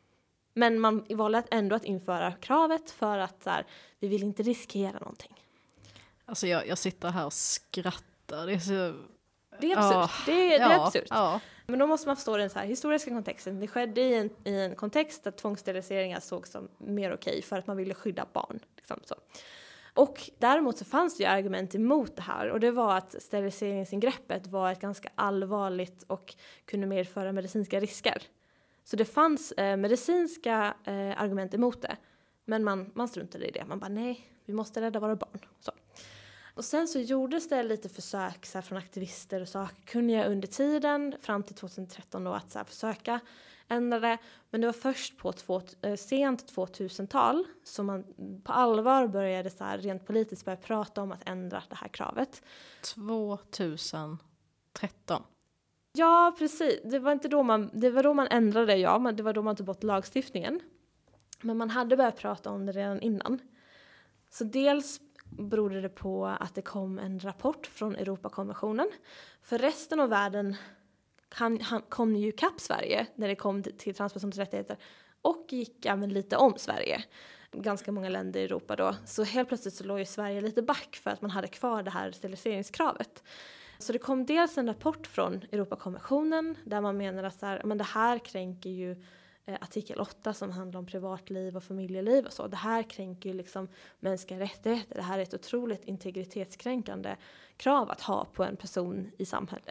Men man valde ändå att införa kravet för att så här, vi vill inte riskera någonting. Alltså jag sitter här och skrattar. Det är så... Det är absurt. Det är absurt. Ja. Men då måste man förstå den så här historiska kontexten. Det skedde i en kontext där tvångssteriliseringar sågs som mer okej för att man ville skydda barn. Liksom så. Och däremot så fanns det ju argument emot det här. Och det var att steriliseringsingreppet var ett ganska allvarligt och kunde medföra medicinska risker. Så det fanns medicinska argument emot det. Men man struntade i det. Man bara nej, vi måste rädda våra barn. Så. Och sen så gjordes det lite försök så här, från aktivister och sakkunniga under tiden fram till 2013 då, att så här, försöka ändra det. Men det var först på sent 2000-tal som man på allvar började så här, rent politiskt börja prata om att ändra det här kravet. 2013? Ja, precis. Det var då man ändrade, ja. Men det var då man tog bort lagstiftningen. Men man hade börjat prata om det redan innan. Så dels berodde det på att det kom en rapport från Europakonventionen. För resten av världen kom ju kapp Sverige när det kom till transpersoners rättigheter. Och gick även lite om Sverige. Ganska många länder i Europa då. Så helt plötsligt så låg ju Sverige lite back för att man hade kvar det här steriliseringskravet. Så det kom dels en rapport från Europakonventionen där man menar att så här, men det här kränker ju artikel 8 som handlar om privatliv och familjeliv och så. Det här kränker ju liksom mänskliga rättigheter. Det här är ett otroligt integritetskränkande krav att ha på en person i samhället.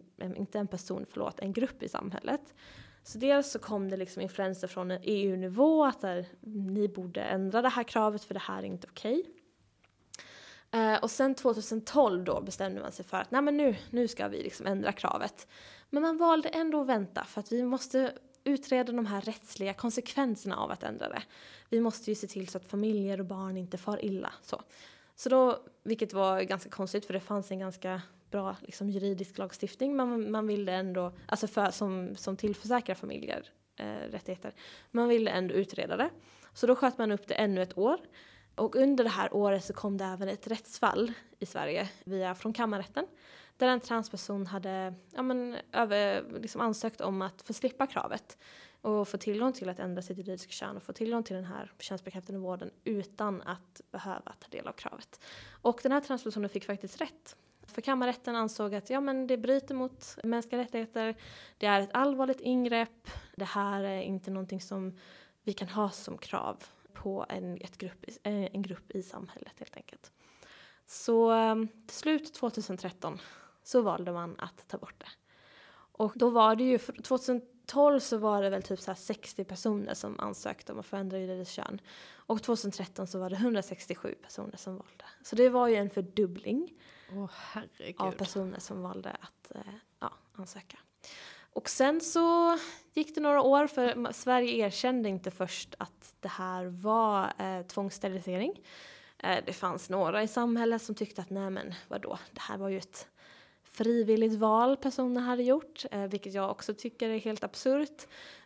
En grupp i samhället. Så dels så kom det liksom influenser från en EU-nivå att där, ni borde ändra det här kravet för det här är inte okej. Och sen 2012 då bestämde man sig för att nej men nu ska vi liksom ändra kravet. Men man valde ändå att vänta för att vi måste utreda de här rättsliga konsekvenserna av att ändra det. Vi måste ju se till så att familjer och barn inte far illa. Så då, vilket var ganska konstigt för det fanns en ganska bra liksom, juridisk lagstiftning. Men man ville ändå, alltså som tillförsäkrar familjer rättigheter. Man ville ändå utreda det. Så då sköt man upp det ännu ett år. Och under det här året så kom det även ett rättsfall i Sverige från kammarrätten. Där en transperson hade ansökt om att få slippa kravet. Och få tillgång till att ändra sitt juridiska kön. Och få tillgång till den här könsbekräftande vården utan att behöva ta del av kravet. Och den här transpersonen fick faktiskt rätt. För kammarrätten ansåg att det bryter mot mänskliga rättigheter. Det är ett allvarligt ingrepp. Det här är inte någonting som vi kan ha som krav på en grupp i samhället helt enkelt. Så till slut 2013 så valde man att ta bort det. Och då var det ju, 2012 så var det väl typ så här 60 personer som ansökte om att förändra juridiskt kön. Och 2013 så var det 167 personer som valde. Så det var ju en fördubbling av personer som valde att ansöka. Och sen så gick det några år för Sverige erkände inte först att det här var tvångssterilisering. Det fanns några i samhället som tyckte att nej men vadå, det här var ju ett frivilligt val personer hade gjort. Vilket jag också tycker är helt absurt.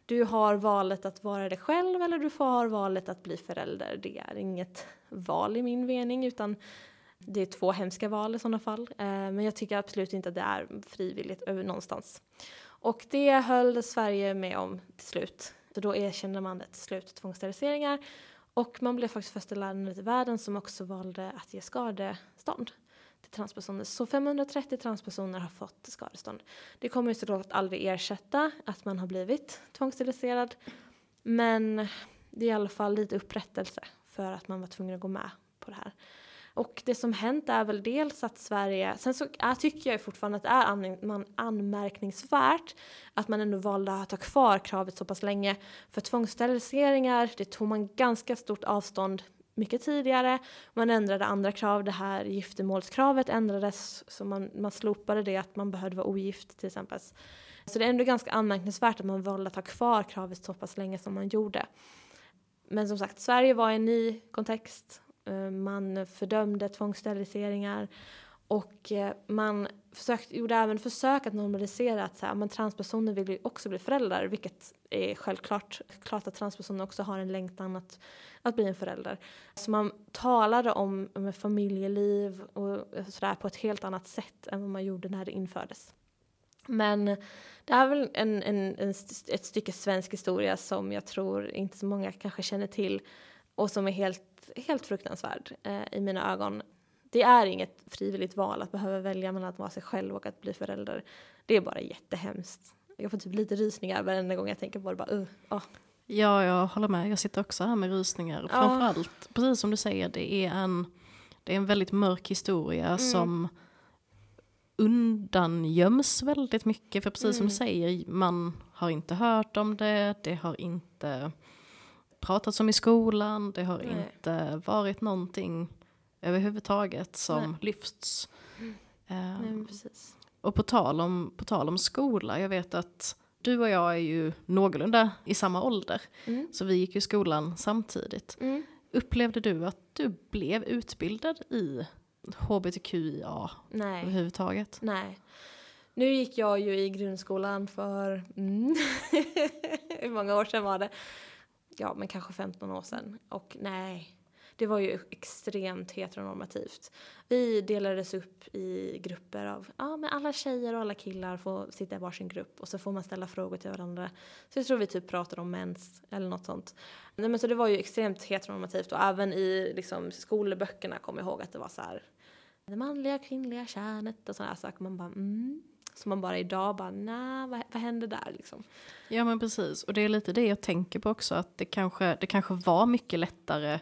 Du har valet att vara dig själv eller du har valet att bli förälder. Det är inget val i min mening, utan det är 2 hemska val i sådana fall. Men jag tycker absolut inte att det är frivilligt över någonstans. Och det höll Sverige med om till slut. Så då erkände man till slut tvångssteriliseringar. Och man blev faktiskt första landet i världen som också valde att ge skadestånd till transpersoner. Så 530 transpersoner har fått skadestånd. Det kommer ju såklart aldrig ersätta att man har blivit tvångssteriliserad. Men det är i alla fall lite upprättelse för att man var tvungen att gå med på det här. Och det som hänt är väl dels att Sverige... Sen så tycker jag fortfarande att det är anmärkningsvärt att man ändå valde att ha kvar kravet så pass länge. För tvångssteriliseringar, det tog man ganska stort avstånd mycket tidigare. Man ändrade andra krav. Det här giftermålskravet ändrades. Så man slopade det att man behövde vara ogift till exempel. Så det är ändå ganska anmärkningsvärt att man valde att ha kvar kravet så pass länge som man gjorde. Men som sagt, Sverige var i en ny kontext. Man fördömde tvångssteriliseringar och man gjorde även försök att normalisera att men transpersoner vill ju också bli föräldrar, vilket är självklart. Klart att transpersoner också har en längtan att bli en förälder. Så man talade om familjeliv och sådär på ett helt annat sätt än vad man gjorde när det infördes. Men det är väl ett stycke svensk historia som jag tror inte så många kanske känner till och som är helt fruktansvärd i mina ögon. Det är inget frivilligt val att behöva välja mellan att vara sig själv och att bli förälder. Det är bara jättehemskt. Jag får typ lite rysningar varenda gång jag tänker på det. Bara, Ja, jag håller med. Jag sitter också här med rysningar. Framförallt, precis som du säger, det är en väldigt mörk historia som undangöms väldigt mycket. För precis som du säger, man har inte hört om det. Det har inte pratats om i skolan. Det har inte varit någonting överhuvudtaget som lyfts. Nej, precis. Och på tal om skola, jag vet att du och jag är ju någorlunda i samma ålder. Så vi gick ju skolan samtidigt. Upplevde du att du blev utbildad i HBTQIA överhuvudtaget? Nej. Nu gick jag ju i grundskolan för hur många år sedan var det? Ja, men kanske 15 år sedan. Och nej, det var ju extremt heteronormativt. Vi delades upp i grupper av, men alla tjejer och alla killar får sitta i varsin grupp. Och så får man ställa frågor till varandra. Så jag tror vi typ pratade om mens eller något sånt. Nej, men så det var ju extremt heteronormativt. Och även i liksom, skolböckerna kom jag ihåg att det var så här. Det manliga, kvinnliga könet och sådana saker. Man bara, Så man bara idag bara, vad händer där liksom? Ja, men precis. Och det är lite det jag tänker på också. Att det kanske var mycket lättare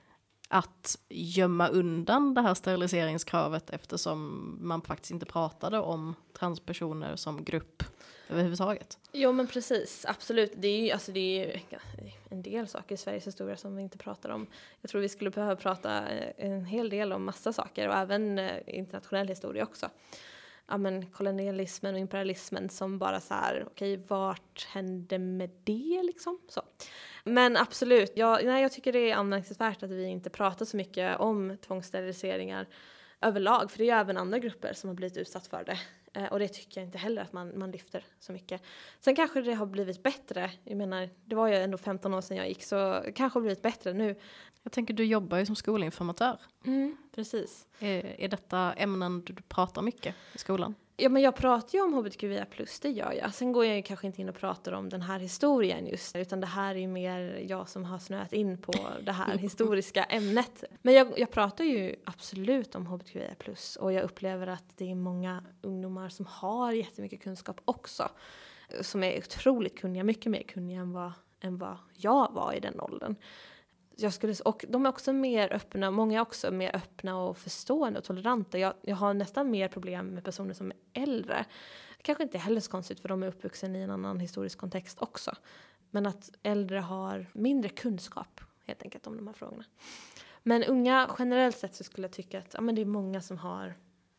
att gömma undan det här steriliseringskravet eftersom man faktiskt inte pratade om transpersoner som grupp överhuvudtaget. Jo, men precis. Absolut. Det är ju en del saker i Sveriges historia som vi inte pratar om. Jag tror vi skulle behöva prata en hel del om massa saker och även internationell historia också. Ja, men kolonialismen och imperialismen som bara så här, okej, vart hände med det liksom? Så. Men absolut, jag tycker det är anmärkningsvärt att vi inte pratar så mycket om tvångssteriliseringar överlag. För det är ju även andra grupper som har blivit utsatt för det. Och det tycker jag inte heller att man lyfter så mycket. Sen kanske det har blivit bättre. Jag menar, det var ju ändå 15 år sedan jag gick, så kanske har blivit bättre nu. Jag tänker, du jobbar ju som skolinformatör. Precis. Är detta ämnen du pratar mycket i skolan? Ja, men jag pratar ju om HBTQIA+, det gör jag. Sen går jag ju kanske inte in och pratar om den här historien just. Utan det här är ju mer jag som har snöat in på det här historiska ämnet. Men jag pratar ju absolut om HBTQIA+. Och jag upplever att det är många ungdomar som har jättemycket kunskap också. Som är otroligt kunniga, mycket mer kunniga än vad jag var i den åldern. Och de är också mer öppna, många är också mer öppna och förstående och toleranta. Jag har nästan mer problem med personer som är äldre. Kanske inte heller så konstigt för de är uppvuxna i en annan historisk kontext också. Men att äldre har mindre kunskap helt enkelt om de här frågorna. Men unga, generellt sett så skulle jag tycka att det är många som har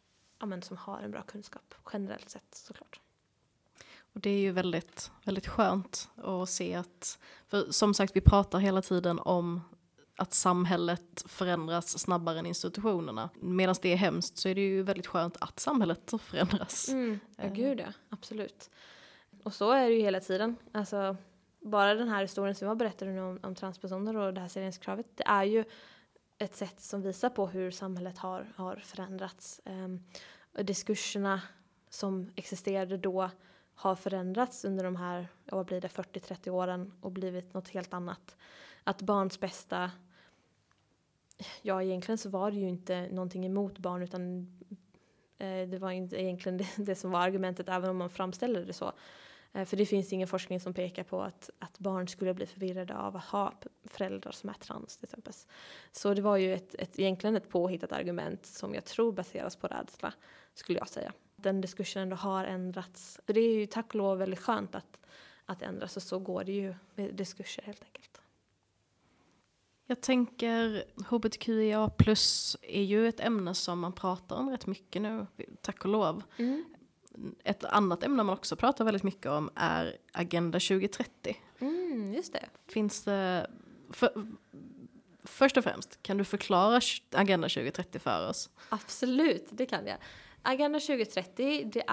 en bra kunskap. Generellt sett såklart. Och det är ju väldigt, väldigt skönt att se att, för som sagt vi pratar hela tiden om att samhället förändras snabbare än institutionerna. Medan det är hemskt så är det ju väldigt skönt att samhället förändras. Ja, gud ja, absolut. Och så är det ju hela tiden. Alltså, bara den här historien som jag berättade nu om transpersoner och det här serienskravet, det är ju ett sätt som visar på hur samhället har förändrats. Diskurserna som existerade då har förändrats under de här, vad blir det, 40-30 åren och blivit något helt annat. Att barns bästa, ja egentligen så var det ju inte någonting emot barn, utan det var inte egentligen det som var argumentet, även om man framställde det så. För det finns ingen forskning som pekar på att barn skulle bli förvirrade av att ha föräldrar som är trans till exempel. Så det var ju egentligen ett påhittat argument som jag tror baseras på rädsla, skulle jag säga. Den diskursen ändå har ändrats. För det är ju tack och lov väldigt skönt att ändras, och så går det ju med diskurser helt enkelt. Jag tänker HBTQIA+ är ju ett ämne som man pratar om rätt mycket nu, tack och lov. Mm. Ett annat ämne man också pratar väldigt mycket om är Agenda 2030. Just det. Finns det... Först och främst, kan du förklara Agenda 2030 för oss? Absolut, det kan jag. Agenda 2030, det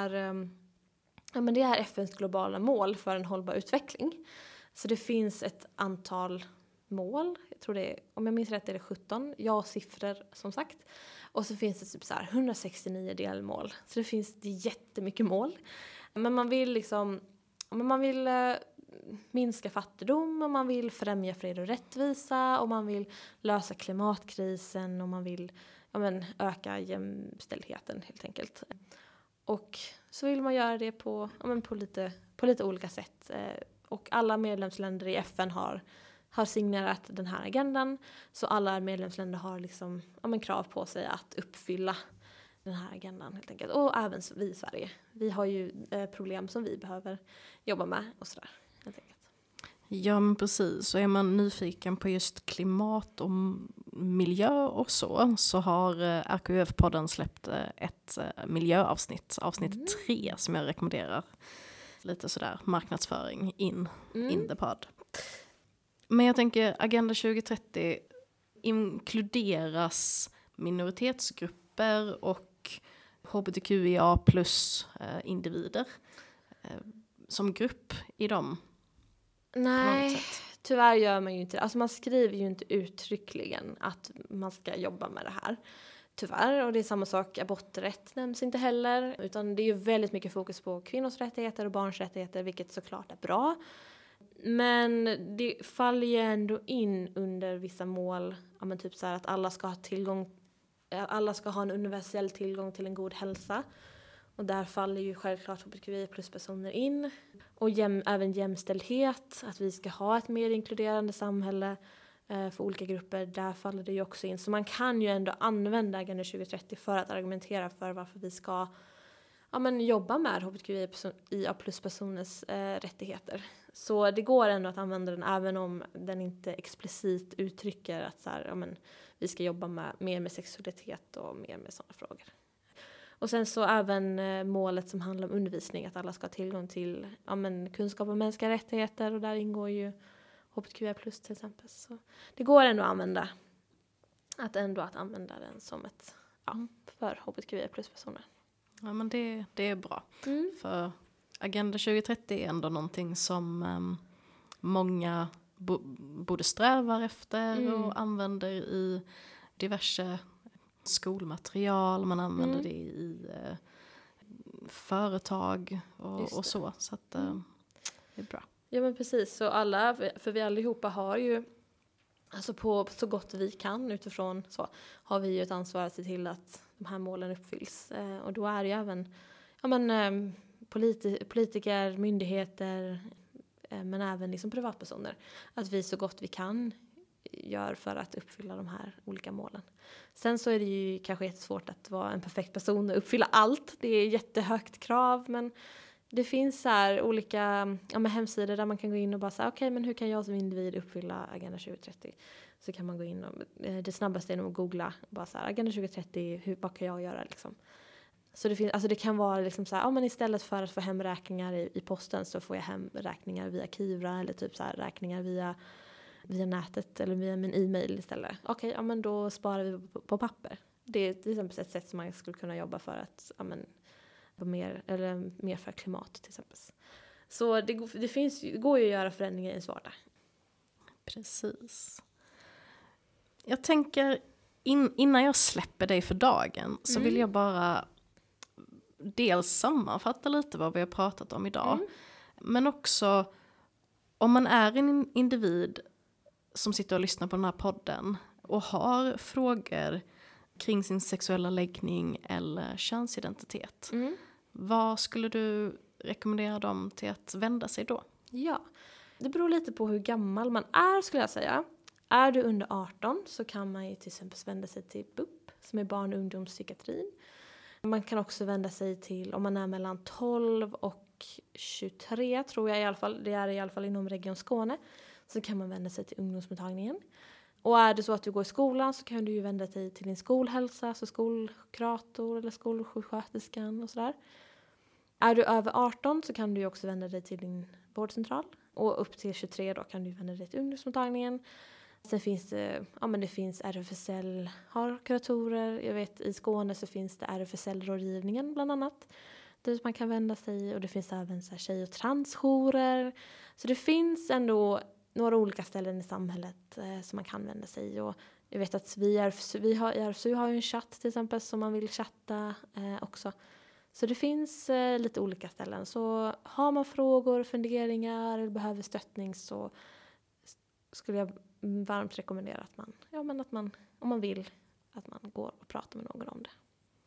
är FNs globala mål för en hållbar utveckling. Så det finns ett antal mål. Jag tror det är, om jag minns rätt är det 17. Jag har siffror som sagt. Och så finns det typ så här 169 delmål. Så det är jättemycket mål. Men man vill minska fattigdom, och man vill främja fred och rättvisa, och man vill lösa klimatkrisen, och man vill öka jämställdheten helt enkelt. Och så vill man göra det på lite olika sätt. Och alla medlemsländer i FN har signerat den här agendan. Så alla medlemsländer har krav på sig att uppfylla den här agendan helt enkelt. Och även vi i Sverige. Vi har ju problem som vi behöver jobba med och sådär helt enkelt. Ja, men precis. Så är man nyfiken på just klimat och miljö och så har RKUF-podden släppt ett miljöavsnitt, avsnitt 3, som jag rekommenderar. Lite sådär marknadsföring in the pod. Men jag tänker, Agenda 2030 inkluderas minoritetsgrupper och HBTQIA+ individer som grupp i dem? Nej, tyvärr gör man ju inte det. Alltså man skriver ju inte uttryckligen att man ska jobba med det här. Tyvärr, och det är samma sak, aborträtt nämns inte heller. Utan det är ju väldigt mycket fokus på kvinnors rättigheter och barns rättigheter, vilket såklart är bra. Men det faller ju ändå in under vissa mål, typ så här att alla ska ha en universell tillgång till en god hälsa. Och där faller ju självklart HBTQI+-personer in. Och även jämställdhet, att vi ska ha ett mer inkluderande samhälle för olika grupper. Där faller det ju också in. Så man kan ju ändå använda Agenda 2030 för att argumentera för varför vi ska jobba med HBTQIA+-personers rättigheter. Så det går ändå att använda den, även om den inte explicit uttrycker att vi ska jobba mer med sexualitet och mer med sådana frågor. Och sen så även målet som handlar om undervisning, att alla ska ha tillgång till kunskap om mänskliga rättigheter, och där ingår ju HBTQIA+ till exempel. Så det går ändå att använda den som ett för HBTQIA+-personer. Ja, men det är bra. För Agenda 2030 är ändå någonting som många både strävar efter och använder i diverse skolmaterial. Man använder det i företag och så. Så att det är bra. Ja, men precis. Så för vi allihopa har ju, på så gott vi kan utifrån så, har vi ju ett ansvar att se till att de här målen uppfylls. Och då är det ju även politiker, myndigheter, men även privatpersoner. Att vi så gott vi kan gör för att uppfylla de här olika målen. Sen så är det ju kanske jättesvårt att vara en perfekt person och uppfylla allt. Det är jättehögt krav, men det finns så här olika hemsidor där man kan gå in och bara säga okej, men hur kan jag som individ uppfylla Agenda 2030? Så kan man gå in och det snabbaste är nog att googla och bara så här, Agenda 2030, vad kan jag göra liksom? Så det finns, det kan vara så här, men istället för att få hem räkningar i posten så får jag hem räkningar via Kivra, eller typ så här räkningar via nätet eller via min e-mail istället. Okej, men då sparar vi på papper. Det är till exempel ett sätt som man skulle kunna jobba för att mer för klimat till exempel. Så det går ju att göra förändringar i ens vardag. Precis. Jag tänker, innan jag släpper dig för dagen så vill jag bara dels sammanfatta lite vad vi har pratat om idag. Men också, om man är en individ som sitter och lyssnar på den här podden och har frågor kring sin sexuella läggning eller könsidentitet. Vad skulle du rekommendera dem till att vända sig då? Ja, det beror lite på hur gammal man är, skulle jag säga. Är du under 18 så kan man ju till exempel vända sig till BUP, som är barn- och ungdomspsykiatrin. Man kan också vända sig till, om man är mellan 12 och 23, tror jag i alla fall, det är i alla fall inom Region Skåne, så kan man vända sig till ungdomsmottagningen. Och är det så att du går i skolan så kan du ju vända dig till din skolhälsa, så skolkurator eller skolsjuksköterskan och sådär. Är du över 18 så kan du ju också vända dig till din vårdcentral. Och upp till 23 då kan du vända dig till ungdomsmottagningen. Sen finns det, det finns RFSL, har kuratorer. Jag vet i Skåne så finns det RFSL-rådgivningen bland annat. Dit man kan vända sig, och det finns även så här tjej- och transjourer. Så det finns ändå några olika ställen i samhället som man kan vända sig. Och jag vet att i RFSU har ju en chatt till exempel som man vill chatta också. Så det finns lite olika ställen. Så har man frågor, funderingar eller behöver stöttning så skulle jag varmt rekommendera att man, om man vill, att man går och pratar med någon om det.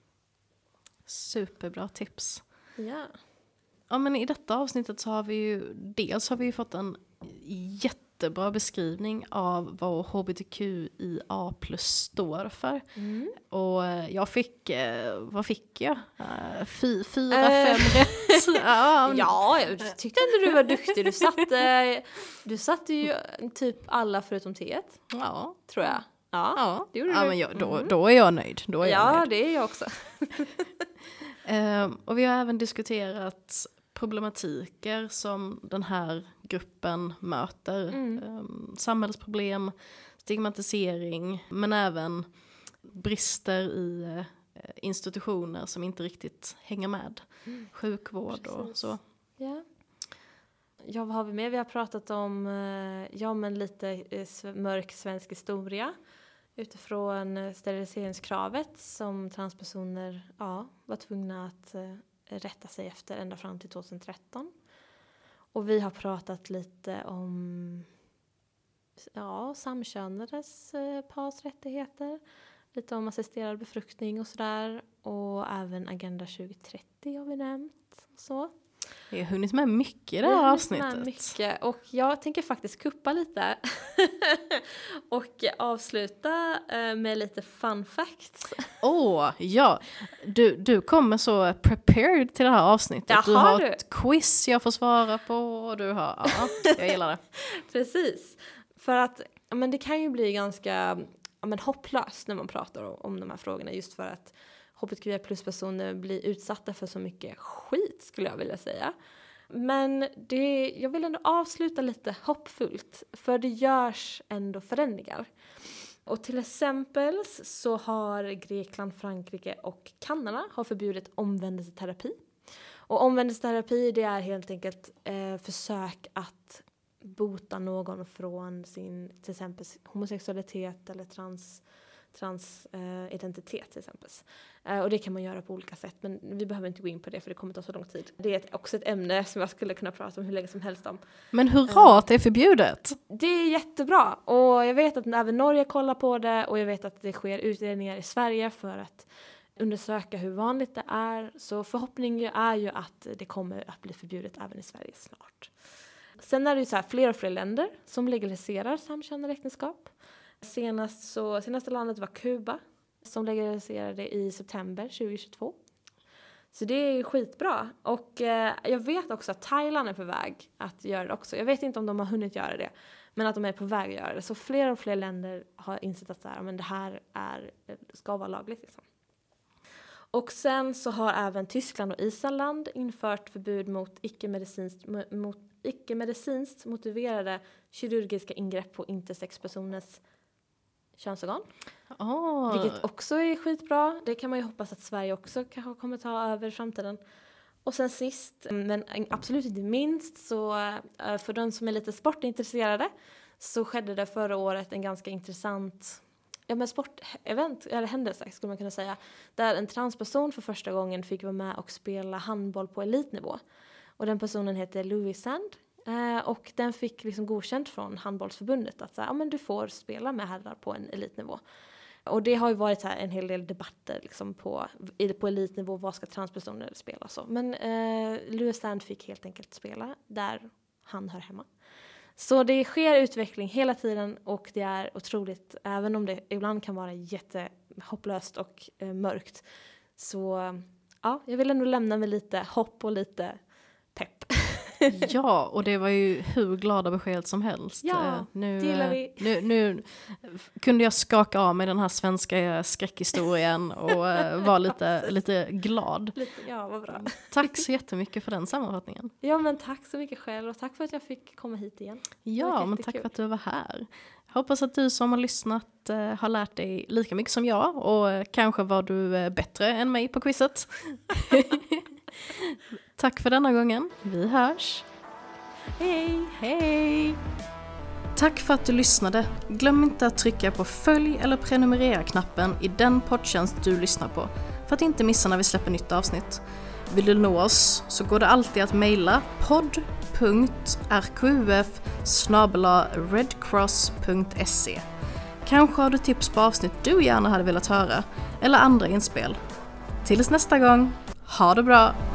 Superbra tips. Ja. Ja, men i detta avsnittet så har vi ju fått en jättebra beskrivning av vad HBTQIA+ står för. Och jag fick, vad fick jag? 4-5 rätt. Ja, jag tyckte ändå du var duktig. Du satte ju typ alla förutom T1. Ja. Tror jag. Ja, det gjorde du. Men då är jag nöjd. Det är jag också. Och vi har även diskuterat problematiker som den här gruppen möter. Samhällsproblem, stigmatisering, men även brister i institutioner som inte riktigt hänger med. Sjukvård och så. Ja. Ja, vad har vi med? Vi har pratat om lite mörk svensk historia utifrån steriliseringskravet som transpersoner var tvungna att rätta sig efter ända fram till 2013. Och vi har pratat lite om samkönades pars rättigheter, lite om assisterad befruktning och sådär, och även Agenda 2030 har vi nämnt. Så. Vi har hunnit med mycket i det här avsnittet. Mycket. Och jag tänker faktiskt kuppa lite och avsluta med lite fun facts. Ja. Du kommer så prepared till det här avsnittet. Jaha, du har ett quiz jag får svara på. Och du har, jag gillar det. Precis. För att det kan ju bli ganska hopplöst när man pratar om de här frågorna, just för att HBTQIA+-personer blir utsatta för så mycket skit, skulle jag vilja säga. Men jag vill ändå avsluta lite hoppfullt, för det görs ändå förändringar. Och till exempel så har Grekland, Frankrike och Kanada har förbjudit omvändelseterapi. Och omvändelseterapi, det är helt enkelt försök att bota någon från sin till exempel homosexualitet eller transidentitet till exempel. Och det kan man göra på olika sätt, men vi behöver inte gå in på det för det kommer ta så lång tid. Det är också ett ämne som jag skulle kunna prata om hur länge som helst om. Men hurra, det är förbjudet! Det är jättebra, och jag vet att även Norge kollar på det, och jag vet att det sker utredningar i Sverige för att undersöka hur vanligt det är. Så förhoppningen är ju att det kommer att bli förbjudet även i Sverige snart. Sen är det ju så här, fler och fler länder som legaliserar samkönade äktenskap. Senaste landet var Kuba som legaliserade i september 2022. Så det är ju skitbra. Och jag vet också att Thailand är på väg att göra det också. Jag vet inte om de har hunnit göra det, men att de är på väg att göra det. Så fler och fler länder har insett att det här ska vara lagligt. Liksom. Och sen så har även Tyskland och Island infört förbud mot icke-medicinskt motiverade kirurgiska ingrepp på intersexpersoners könsorgan. Vilket också är skitbra. Det kan man ju hoppas att Sverige också kommer ta över i framtiden. Och sen sist, men absolut inte minst, så för de som är lite sportintresserade så skedde det förra året en ganska intressant sportevent, eller händelse skulle man kunna säga, där en transperson för första gången fick vara med och spela handboll på elitnivå. Och den personen heter Louis Sand. Och den fick liksom godkänt från handbollsförbundet att men du får spela med herrar på en elitnivå. Och det har ju varit här en hel del debatter liksom på elitnivå, vad ska transpersoner spela så. Men Louis Sand fick helt enkelt spela där han hör hemma. Så det sker utveckling hela tiden och det är otroligt, även om det ibland kan vara jättehopplöst och mörkt. Så ja, jag vill ändå lämna med lite hopp och lite pepp. Ja, och det var ju hur glada besked som helst. Ja, nu, det gillar vi. Nu kunde jag skaka av mig den här svenska skräckhistorien och vara lite glad. Ja, vad bra. Tack så jättemycket för den sammanfattningen. Ja, men tack så mycket själv och tack för att jag fick komma hit igen. Ja, men tack för att du var här. Jag hoppas att du som har lyssnat har lärt dig lika mycket som jag och kanske var du bättre än mig på quizet. Tack för denna gången. Vi hörs. Hej! Hej! Tack för att du lyssnade. Glöm inte att trycka på följ eller prenumerera-knappen i den poddtjänst du lyssnar på för att inte missa när vi släpper nytt avsnitt. Vill du nå oss så går det alltid att mejla podd.rqf@redcross.se. Kanske har du tips på avsnitt du gärna hade velat höra eller andra inspel. Tills nästa gång, ha det bra!